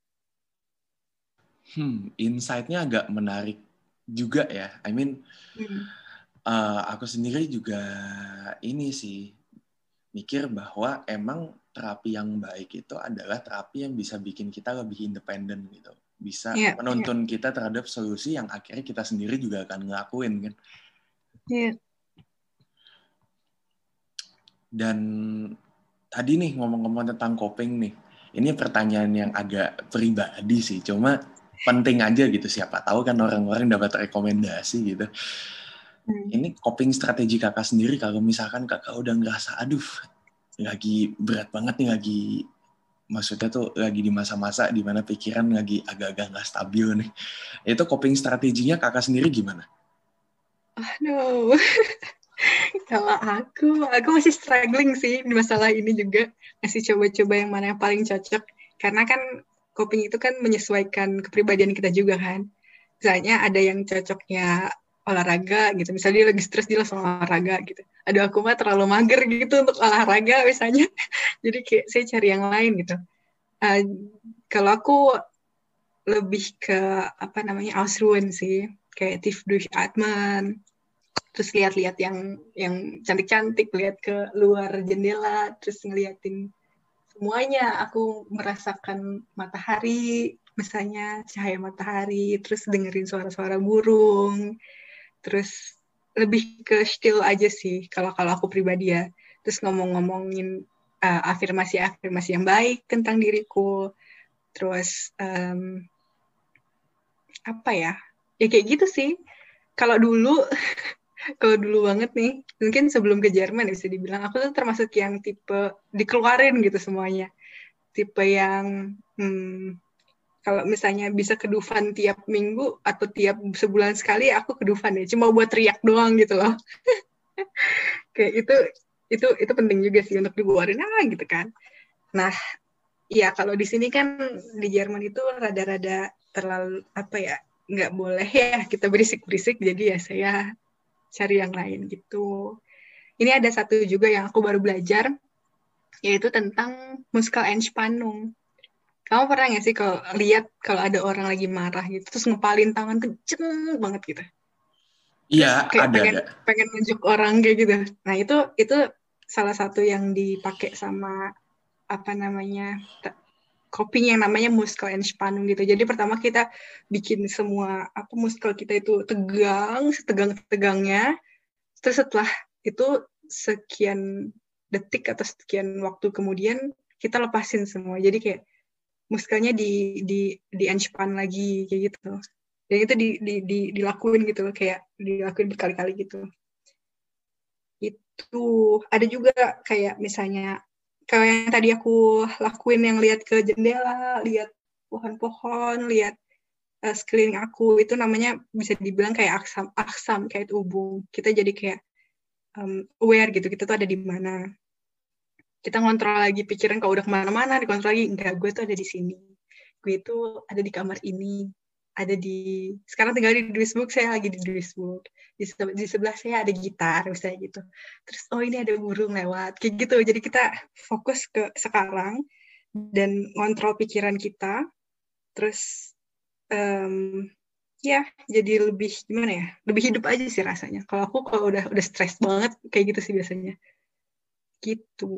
Hmm, insight-nya agak menarik juga ya. I mean, hmm. uh, aku sendiri juga ini sih mikir bahwa emang terapi yang baik itu adalah terapi yang bisa bikin kita lebih independen gitu. Bisa yeah, menuntun yeah. kita terhadap solusi yang akhirnya kita sendiri juga akan ngelakuin kan. Yeah. Dan tadi nih ngomong-ngomong tentang coping nih, ini pertanyaan yang agak pribadi sih, cuma penting aja gitu, siapa tahu kan orang-orang dapat rekomendasi gitu. Hmm. Ini coping strategi kakak sendiri kalau misalkan kakak udah ngerasa, aduh, lagi berat banget nih, lagi maksudnya tuh lagi di masa-masa di mana pikiran lagi agak-agak nggak stabil nih. Itu coping strateginya kakak sendiri gimana? Aduh. Kalau aku, aku masih struggling sih di masalah ini juga. Masih coba-coba yang mana yang paling cocok. Karena kan coping itu kan menyesuaikan kepribadian kita juga kan. Misalnya ada yang cocoknya olahraga gitu. Misalnya dia lagi stres, dia langsung olahraga gitu. Aduh, aku mah terlalu mager gitu untuk olahraga misalnya. Jadi kayak saya cari yang lain gitu. Uh, kalau aku lebih ke apa namanya Ausruhen sih. Kayak tief durchatmen. Terus lihat-lihat yang yang cantik-cantik, lihat ke luar jendela, terus ngeliatin semuanya. Aku merasakan matahari, misalnya cahaya matahari, terus dengerin suara-suara burung, terus lebih ke still aja sih kalau kalau aku pribadi ya. Terus ngomong-ngomongin uh, afirmasi-afirmasi yang baik tentang diriku, terus um, apa ya? Ya kayak gitu sih. Kalau dulu Kalau dulu banget nih, mungkin sebelum ke Jerman bisa dibilang, aku tuh termasuk yang tipe dikeluarin gitu semuanya. Tipe yang, hmm, kalau misalnya bisa ke Dufan tiap minggu atau tiap sebulan sekali, aku ke Dufan ya. Cuma buat teriak doang gitu loh. Kayak itu, itu itu penting juga sih untuk dibuarin ah gitu kan. Nah, ya kalau di sini kan di Jerman itu rada-rada terlalu apa ya, nggak boleh ya kita berisik-berisik, jadi ya saya cari yang lain gitu. Ini ada satu juga yang aku baru belajar, yaitu tentang Muskelentspannung. Kamu pernah nggak sih kalau lihat kalau ada orang lagi marah gitu, terus ngepalin tangan kenceng banget gitu, terus Iya, kayak ada pengen ada. pengen nunjuk orang kayak gitu. Nah itu itu salah satu yang dipakai sama apa namanya coping yang namanya Muskelentspannung gitu. Jadi pertama kita bikin semua apa muskel kita itu tegang, setegang-tegangnya. Terus setelah itu sekian detik atau sekian waktu kemudian kita lepasin semua. Jadi kayak muskelnya di di di entspan lagi kayak gitu. Dan itu di, di, di, dilakuin gitu loh, kayak dilakuin berkali-kali gitu. Itu ada juga kayak misalnya kalau yang tadi aku lakuin yang lihat ke jendela, lihat pohon-pohon, lihat uh, sekeliling aku, itu namanya bisa dibilang kayak aksam, aksam kayak ubung. Kita jadi kayak um, aware gitu, kita tuh ada di mana. Kita ngontrol lagi pikiran, kalau udah kemana-mana, dikontrol lagi, enggak, gue tuh ada di sini. Gue itu ada di kamar ini, ada di, sekarang tinggal di Duisburg, saya lagi di Duisburg. Di, di sebelah saya ada gitar, misalnya gitu. Terus, oh ini ada burung lewat, kayak gitu. Jadi kita fokus ke sekarang, dan ngontrol pikiran kita, terus, um, ya, jadi lebih, gimana ya, lebih hidup aja sih rasanya. Kalau aku, kalau udah udah stres banget, kayak gitu sih biasanya. Gitu.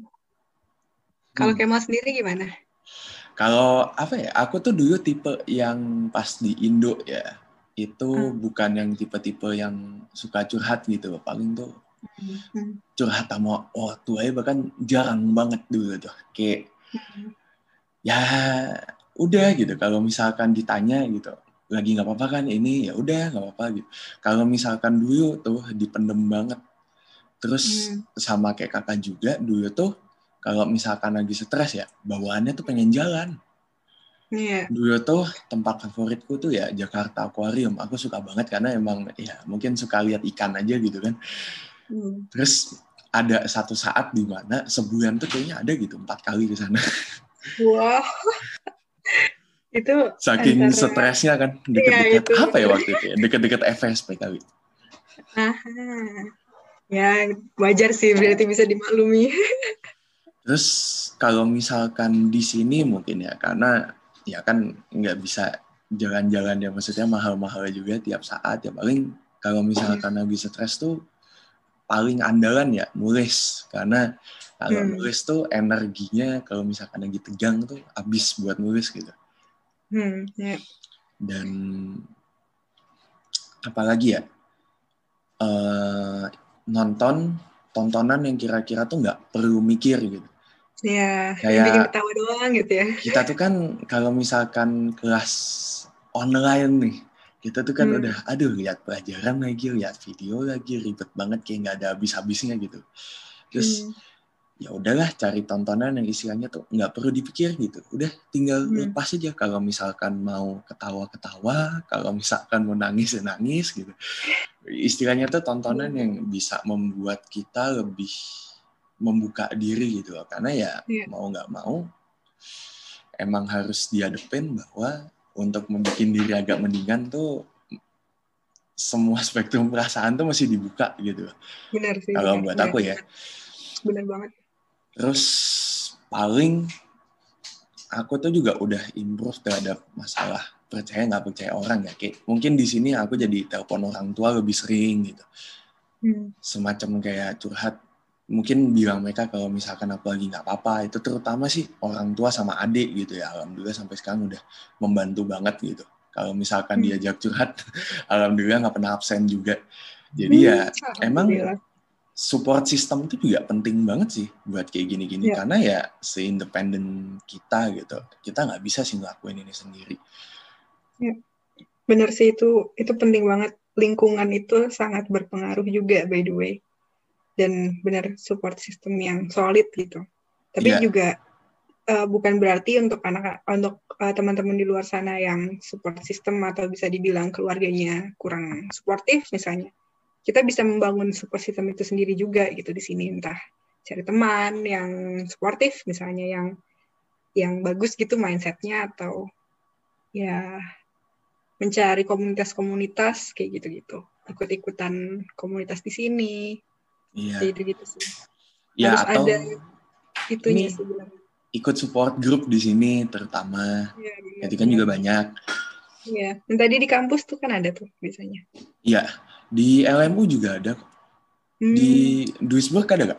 Kalau Hmm. Kemal sendiri gimana? Kalau apa ya, aku tuh dulu tipe yang pas di Indo ya, itu hmm. bukan yang tipe-tipe yang suka curhat gitu. Paling tuh hmm. curhat sama oh tuh aja bahkan jarang banget dulu tuh. Kayak hmm. ya udah gitu. Kalau misalkan ditanya gitu, lagi nggak apa-apa kan ini, ya udah nggak apa-apa gitu. Kalau misalkan dulu tuh dipendem banget. Terus hmm. sama kayak kakak juga dulu tuh kalau misalkan lagi stres ya, bawaannya tuh pengen jalan. Yeah. Dulu tuh tempat favoritku tuh ya Jakarta Aquarium. Aku suka banget karena emang ya mungkin suka lihat ikan aja gitu kan. Hmm. Terus ada satu saat di mana sebulan tuh kayaknya ada gitu empat kali ke sana. Wow. Itu saking antara... stresnya kan deket-deket ya, apa ya waktu itu ya deket-deket F S P kali. Aha. Ya wajar sih berarti bisa dimaklumi. Terus kalau misalkan di sini mungkin ya karena ya kan nggak bisa jalan-jalan ya maksudnya mahal-mahal juga tiap saat ya paling kalau misalkan lagi stres tuh paling andalan ya nulis karena kalau hmm. nulis tuh energinya kalau misalkan lagi tegang tuh habis buat nulis gitu. Hmm, yeah. Dan apalagi ya uh, nonton tontonan yang kira-kira tuh nggak perlu mikir gitu. Iya, yeah, yang bikin ketawa doang gitu ya. Kita tuh kan kalau misalkan kelas online nih, kita tuh kan hmm. udah, aduh lihat pelajaran lagi, lihat video lagi, ribet banget kayak nggak ada habis-habisnya gitu. Terus hmm. ya udahlah cari tontonan yang istilahnya tuh nggak perlu dipikir gitu, udah tinggal hmm. lepas aja. Kalau misalkan mau ketawa-ketawa, kalau misalkan mau nangis ya nangis gitu. Istilahnya tuh tontonan hmm. yang bisa membuat kita lebih membuka diri gitu loh. Karena ya yeah. mau nggak mau emang harus dihadapin bahwa untuk membuat diri agak mendingan tuh semua spektrum perasaan tuh masih dibuka gitu. Benar sih. Kalau benar, buat benar, aku ya. Benar banget. Terus paling aku tuh juga udah improve terhadap masalah percaya nggak percaya orang ya. Kayak mungkin di sini aku jadi telepon orang tua lebih sering gitu. Hmm. Semacam kayak curhat. Mungkin bilang mereka kalau misalkan aku lagi nggak apa-apa, itu terutama sih orang tua sama adik gitu ya. Alhamdulillah sampai sekarang udah membantu banget gitu. Kalau misalkan hmm. diajak curhat, alhamdulillah nggak pernah absen juga. Jadi hmm. ya emang support system itu juga penting banget sih buat kayak gini-gini. Yeah. Karena ya se-independen kita gitu. Kita nggak bisa sih ngelakuin ini sendiri. Yeah. Bener sih itu, itu penting banget. Lingkungan itu sangat berpengaruh juga by the way. Dan benar support system yang solid gitu. Tapi yeah. juga uh, bukan berarti untuk anak untuk uh, teman-teman di luar sana yang support system atau bisa dibilang keluarganya kurang suportif misalnya. kita bisa membangun support system itu sendiri juga gitu di sini, entah cari teman yang suportif misalnya, yang yang bagus gitu mindsetnya, atau ya mencari komunitas-komunitas kayak gitu-gitu, ikut-ikutan komunitas di sini, Iya. kayak gitu-gitu sih. Ya Harus atau ada itunya ini sebenarnya. ikut support group di sini terutama. Iya, Itu kan juga banyak. Iya, yang tadi di kampus tuh kan ada tuh biasanya. Iya, di L M U juga ada kok. Hmm. Di Duisburg ada gak?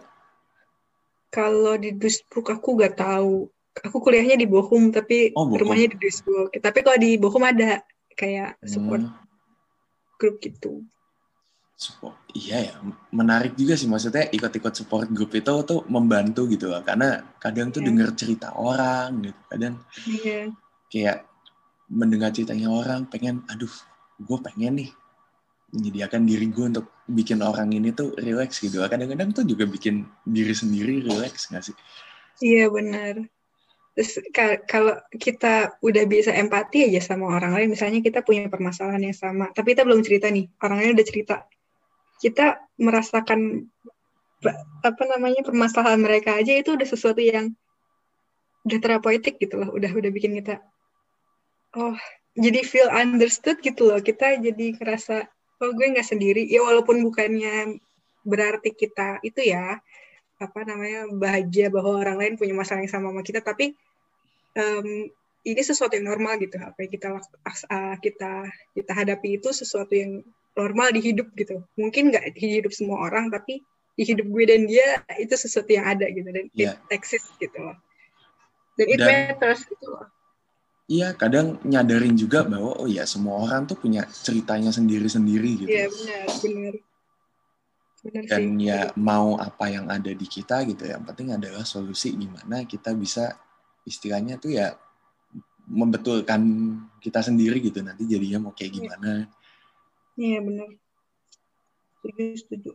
Kalau di Duisburg aku gak tahu. Aku kuliahnya di Bochum, tapi Oh, Bochum. rumahnya di Duisburg. Tapi kalau di Bochum ada kayak support Hmm. group gitu. Support. Iya ya, menarik juga sih, maksudnya ikut-ikut support group itu tuh membantu gitu lah, karena kadang tuh Iya. denger cerita orang gitu, kadang Iya. kayak mendengar ceritanya orang, pengen, aduh, gue pengen nih menyediakan diri gue untuk bikin orang ini tuh relax gitu. Kadang-kadang tuh juga bikin diri sendiri relax gak sih? Iya benar. Terus ka- kalau kita udah bisa empati aja sama orang lain, misalnya kita punya permasalahan yang sama, tapi kita belum cerita nih, orang lain udah cerita. Kita merasakan apa namanya permasalahan mereka aja, itu udah sesuatu yang udah terapeutik gitu loh, udah udah bikin kita oh jadi feel understood gitu loh, kita jadi ngerasa oh gue nggak sendiri ya, walaupun bukannya berarti kita itu ya apa namanya bahagia bahwa orang lain punya masalah yang sama sama kita, tapi um, ini sesuatu yang normal gitu, apa yang kita uh, kita kita hadapi itu sesuatu yang normal di hidup gitu, mungkin nggak di hidup semua orang, tapi di hidup gue dan dia itu sesuatu yang ada gitu, dan yeah. it exists gitu loh, dan it dan, matters gitu loh. Iya, kadang nyadarin juga bahwa oh ya semua orang tuh punya ceritanya sendiri-sendiri gitu. Iya benar, benar. Benar Dan sih. ya mau apa yang ada di kita gitu, yang penting adalah solusi gimana kita bisa istilahnya tuh ya membetulkan kita sendiri gitu, nanti jadinya mau kayak gimana. Iya benar. Setuju, setuju.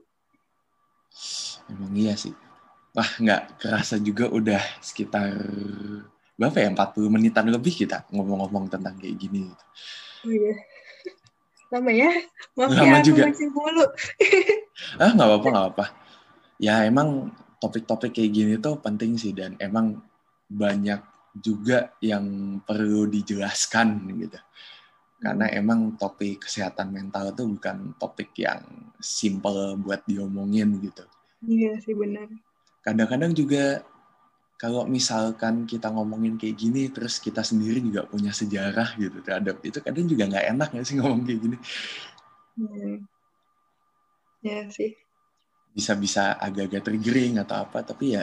Emang iya sih. Wah, nggak kerasa juga udah sekitar berapa ya, empat puluh menitan lebih kita ngomong-ngomong tentang kayak gini. Oh iya. Lama ya? Maaf Lama ya, aku juga. masih mulu. Ah, nggak apa-apa, nggak apa-apa. Ya emang topik-topik kayak gini tuh penting sih, dan emang banyak juga yang perlu dijelaskan gitu. Karena Hmm. emang topik kesehatan mental tuh bukan topik yang simple buat diomongin gitu. Iya sih benar. Kadang-kadang juga kalau misalkan kita ngomongin kayak gini, terus kita sendiri juga punya sejarah gitu terhadap itu, kadang juga nggak enak nggak sih ngomong kayak gini. Hmm. Ya sih. Bisa-bisa agak-agak triggering atau apa, tapi ya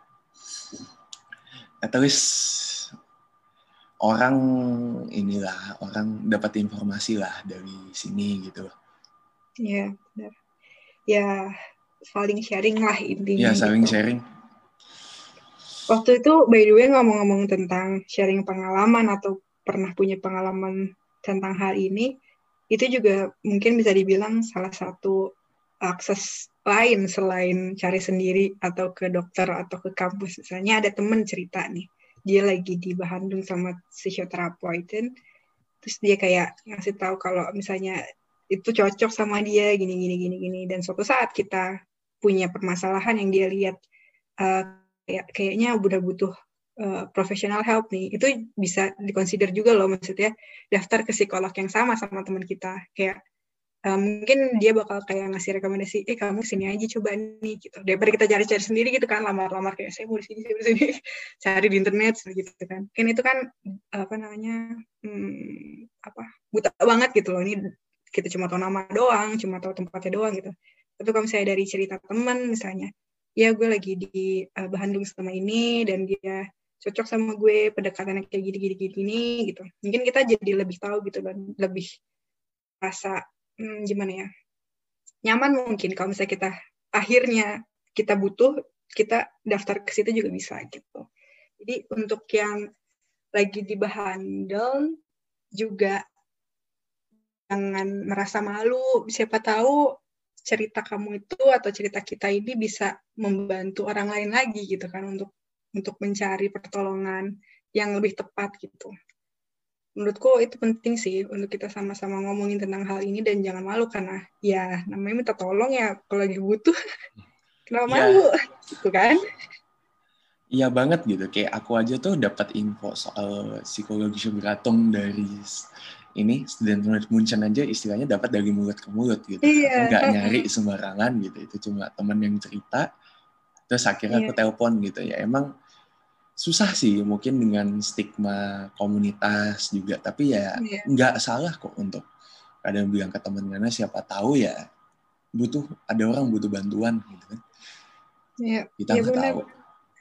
at least orang inilah, orang dapat informasi lah dari sini gitu. Iya benar. Ya saling sharing lah intinya Ya saling gitu. sharing. Waktu itu by the way ngomong-ngomong tentang sharing pengalaman atau pernah punya pengalaman tentang hal ini, itu juga mungkin bisa dibilang salah satu akses lain selain cari sendiri atau ke dokter atau ke kampus. Misalnya ada temen cerita nih, dia lagi di Bandung sama fisioterapeutin, terus dia kayak ngasih tahu kalau misalnya itu cocok sama dia gini gini gini gini, dan suatu saat kita punya permasalahan yang dia lihat uh, kayak kayaknya udah butuh uh, professional help nih, itu bisa dikonsider juga loh, maksudnya daftar ke psikolog yang sama sama teman kita, kayak uh, mungkin dia bakal kayak ngasih rekomendasi, eh kamu sini aja coba nih gitu, daripada kita cari-cari sendiri gitu kan, lamar-lamar kayak saya mau di sini, saya mau di sini, cari di internet gitu kan, kan itu kan apa namanya hmm, apa buta banget gitu loh, ini kita cuma tahu nama doang, cuma tahu tempatnya doang gitu. Tapi kalau misalnya dari cerita teman misalnya, ya gue lagi di uh, Bandung sama ini dan dia cocok sama gue, pendekatannya kayak gini-gini gini gitu. Mungkin kita jadi lebih tahu gitu kan, lebih rasa hmm, gimana ya, nyaman mungkin kalau misalnya kita akhirnya kita butuh, kita daftar ke situ juga bisa gitu. Jadi untuk yang lagi di Bandung juga jangan merasa malu, siapa tahu cerita kamu itu atau cerita kita ini bisa membantu orang lain lagi gitu kan, untuk untuk mencari pertolongan yang lebih tepat gitu. menurutku itu penting sih untuk kita sama-sama ngomongin tentang hal ini dan jangan malu karena ya namanya minta tolong ya kalau lagi butuh kenapa Iya, malu gitu kan. iya banget gitu. Kayak aku aja tuh dapat info soal psikologi Beratung dari s- ini student Munchen aja istilahnya dapat dari mulut ke mulut gitu. Aku Iya, nggak nyari heeh. sembarangan gitu. Itu cuma teman yang cerita. Terus akhirnya aku Iya, telepon gitu ya. Emang susah sih mungkin dengan stigma komunitas juga. Tapi ya iya, nggak salah kok untuk kadang bilang ke teman karena siapa tahu ya butuh ada orang butuh bantuan gitu kan. iya, Kita iya nggak benar. tahu.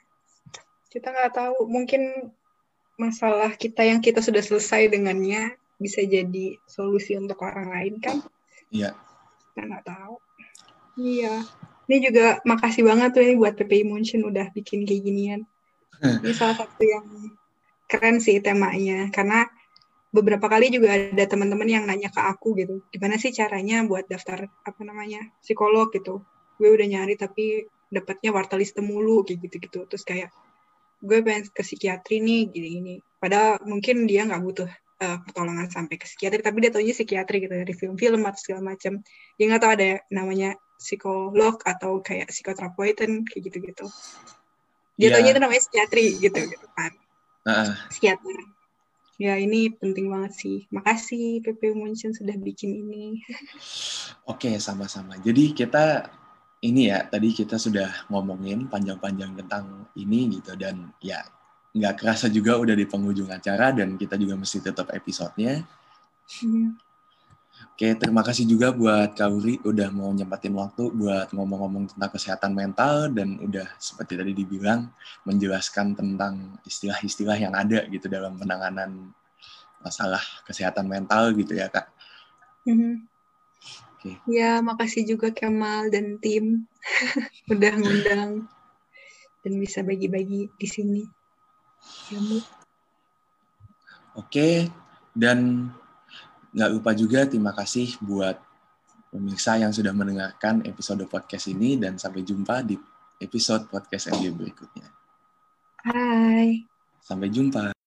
Kita nggak tahu, mungkin masalah kita yang kita sudah selesai dengannya bisa jadi solusi untuk orang lain kan? Iya. Kita nggak tahu. Iya. Ini juga makasih banget tuh ini buat P P I Munchen udah bikin kayak ginian. Ini salah satu yang keren sih temanya karena beberapa kali juga ada teman-teman yang nanya ke aku gitu, gimana sih caranya buat daftar apa namanya psikolog gitu. Gue udah nyari tapi dapatnya warteliste mulu kayak gitu-gitu. Terus kayak gue pengen ke psikiatri nih gini-gini. Padahal mungkin dia nggak butuh uh, pertolongan sampai ke psikiatri, tapi dia taunya psikiatri gitu dari film-film atau segala macam. Dia nggak tahu ada namanya psikolog atau kayak psikoterapeuten kayak gitu-gitu. Dia taunya itu Iya. namanya psikiatri gitu gitu kan. Nah, Psikiater. Ya ini penting banget sih. Makasih P P Munchen sudah bikin ini. oke, sama-sama. Jadi kita ini ya, tadi kita sudah ngomongin panjang-panjang tentang ini gitu dan ya nggak kerasa juga udah di penghujung acara dan kita juga mesti tutup episodenya. Hmm. Oke, terima kasih juga buat Kak Uri udah mau nyempatin waktu buat ngomong-ngomong tentang kesehatan mental dan udah seperti tadi dibilang menjelaskan tentang istilah-istilah yang ada gitu dalam penanganan masalah kesehatan mental gitu ya Kak. Hmm. Oke. Ya, makasih juga Kemal dan tim udah ngundang dan bisa bagi-bagi di sini ilmu. Oke, dan nggak lupa juga terima kasih buat pemirsa yang sudah mendengarkan episode podcast ini dan sampai jumpa di episode podcast M G berikutnya. Hai. Sampai jumpa.